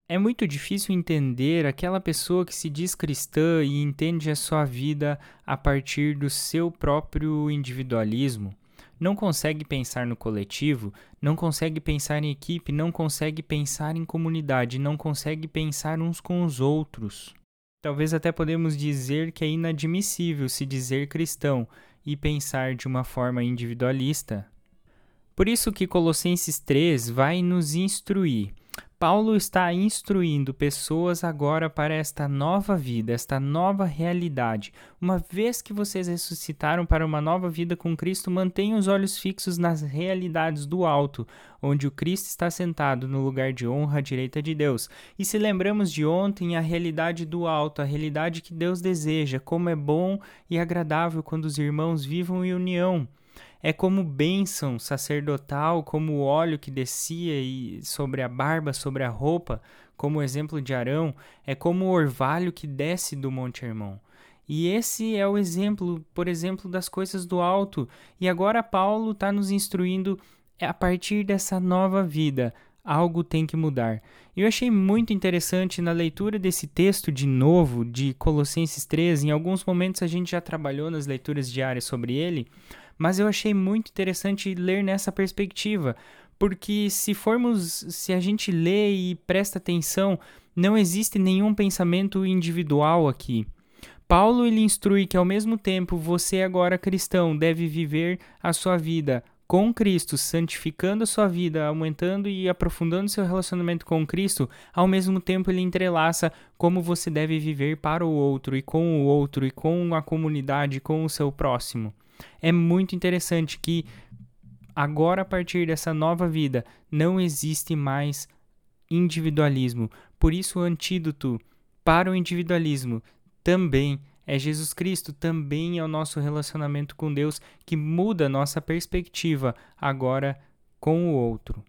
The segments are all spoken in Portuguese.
É muito difícil entender aquela pessoa que se diz cristã e entende a sua vida a partir do seu próprio individualismo. Não consegue pensar no coletivo, não consegue pensar em equipe, não consegue pensar em comunidade, não consegue pensar uns com os outros. Talvez até podemos dizer que é inadmissível se dizer cristão e pensar de uma forma individualista. Por isso que Colossenses 3 vai nos instruir. Paulo está instruindo pessoas agora para esta nova vida, esta nova realidade. Uma vez que vocês ressuscitaram para uma nova vida com Cristo, mantenham os olhos fixos nas realidades do alto, onde o Cristo está sentado no lugar de honra à direita de Deus. E se lembramos de ontem, a realidade do alto, a realidade que Deus deseja, como é bom e agradável quando os irmãos vivam em união. É como bênção sacerdotal, como o óleo que descia sobre a barba, sobre a roupa, como o exemplo de Arão, é como o orvalho que desce do Monte Hermon. E esse é o exemplo, por exemplo, das coisas do alto. E agora Paulo está nos instruindo a partir dessa nova vida. Algo tem que mudar. E eu achei muito interessante na leitura desse texto de novo, de Colossenses 3. Em alguns momentos a gente já trabalhou nas leituras diárias sobre ele, mas eu achei muito interessante ler nessa perspectiva, porque se a gente lê e presta atenção, não existe nenhum pensamento individual aqui. Paulo ele instrui que ao mesmo tempo você agora cristão deve viver a sua vida com Cristo, santificando a sua vida, aumentando e aprofundando seu relacionamento com Cristo, ao mesmo tempo ele entrelaça como você deve viver para o outro, e com a comunidade, com o seu próximo. É muito interessante que agora, a partir dessa nova vida, não existe mais individualismo. Por isso, o antídoto para o individualismo também é Jesus Cristo, também é o nosso relacionamento com Deus que muda a nossa perspectiva agora com o outro.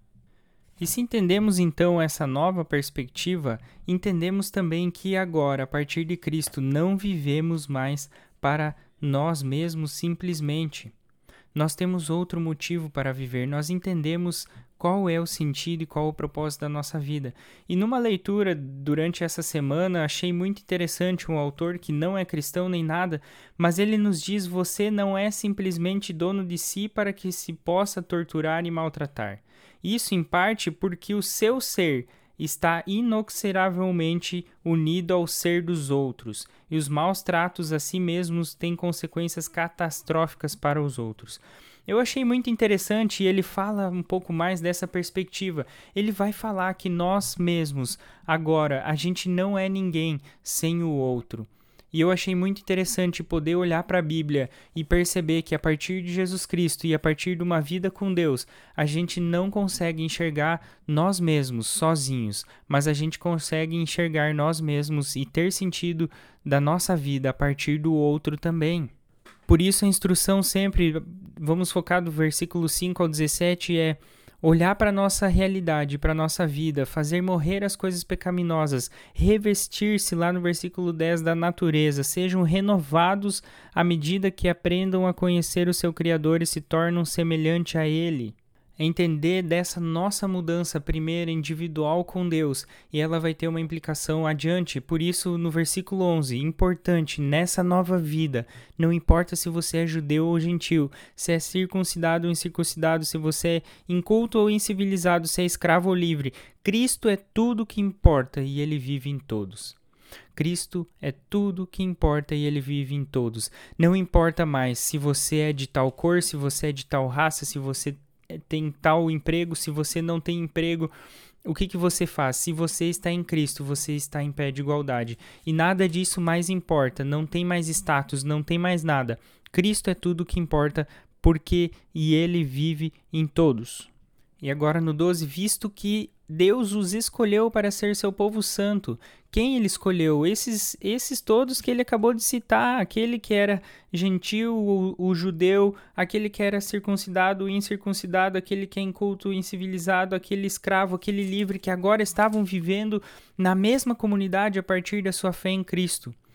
E se entendemos então essa nova perspectiva, entendemos também que agora, a partir de Cristo, não vivemos mais para nós mesmos simplesmente. Nós temos outro motivo para viver, nós entendemos qual é o sentido e qual o propósito da nossa vida. E numa leitura durante essa semana, achei muito interessante um autor que não é cristão nem nada, mas ele nos diz: você não é simplesmente dono de si para que se possa torturar e maltratar. Isso em parte porque o seu ser está inoxeravelmente unido ao ser dos outros, e os maus tratos a si mesmos têm consequências catastróficas para os outros. Eu achei muito interessante e ele fala um pouco mais dessa perspectiva. Ele vai falar que nós mesmos, agora, a gente não é ninguém sem o outro. E eu achei muito interessante poder olhar para a Bíblia e perceber que a partir de Jesus Cristo e a partir de uma vida com Deus, a gente não consegue enxergar nós mesmos sozinhos, mas a gente consegue enxergar nós mesmos e ter sentido da nossa vida a partir do outro também. Por isso a instrução sempre, vamos focar do versículo 5 ao 17, é olhar para a nossa realidade, para a nossa vida, fazer morrer as coisas pecaminosas, revestir-se lá no versículo 10 da natureza, sejam renovados à medida que aprendam a conhecer o seu Criador e se tornam semelhante a Ele. Entender dessa nossa mudança primeira individual com Deus, e ela vai ter uma implicação adiante. Por isso, no versículo 11, importante, nessa nova vida, não importa se você é judeu ou gentil, se é circuncidado ou incircuncidado, se você é inculto ou incivilizado, se é escravo ou livre, Cristo é tudo que importa e Ele vive em todos. Cristo é tudo que importa e Ele vive em todos. Não importa mais se você é de tal cor, se você é de tal raça, se você tem tal emprego, se você não tem emprego, o que você faz? Se você está em Cristo, você está em pé de igualdade. E nada disso mais importa, não tem mais status, não tem mais nada. Cristo é tudo que importa, porque Ele vive em todos. E agora no 12, visto que Deus os escolheu para ser seu povo santo. Quem ele escolheu? Esses todos que ele acabou de citar, aquele que era gentil, o judeu, aquele que era circuncidado, o incircuncidado, aquele que é inculto, o incivilizado, aquele escravo, aquele livre, que agora estavam vivendo na mesma comunidade a partir da sua fé em Cristo.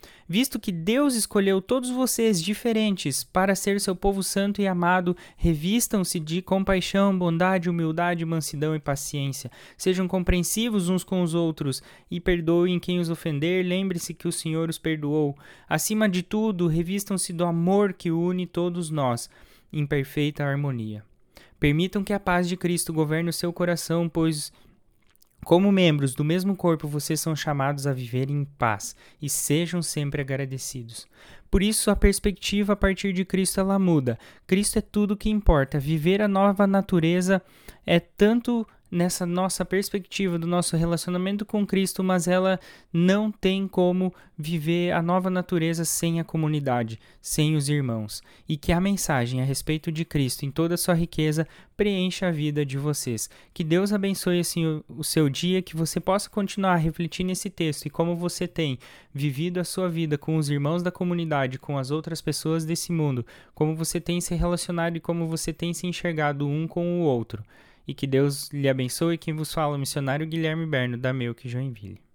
Visto que Deus escolheu todos vocês diferentes para ser seu povo santo e amado, revistam-se de compaixão, bondade, humildade, mansidão e paciência. Sejam compreensivos uns com os outros e perdoem quem os ofender. Lembre-se que o Senhor os perdoou. Acima de tudo, revistam-se do amor que une todos nós, em perfeita harmonia. Permitam que a paz de Cristo governe o seu coração, pois como membros do mesmo corpo, vocês são chamados a viver em paz e sejam sempre agradecidos. Por isso, a perspectiva a partir de Cristo ela muda. Cristo é tudo o que importa. Viver a nova natureza é tanto nessa nossa perspectiva do nosso relacionamento com Cristo, mas ela não tem como viver a nova natureza sem a comunidade, sem os irmãos. E que a mensagem a respeito de Cristo em toda a sua riqueza preencha a vida de vocês. Que Deus abençoe assim o seu dia, que você possa continuar a refletir nesse texto e como você tem vivido a sua vida com os irmãos da comunidade, com as outras pessoas desse mundo, como você tem se relacionado e como você tem se enxergado um com o outro. E que Deus lhe abençoe. Quem vos fala, o missionário Guilherme Berno, da Melk Joinville.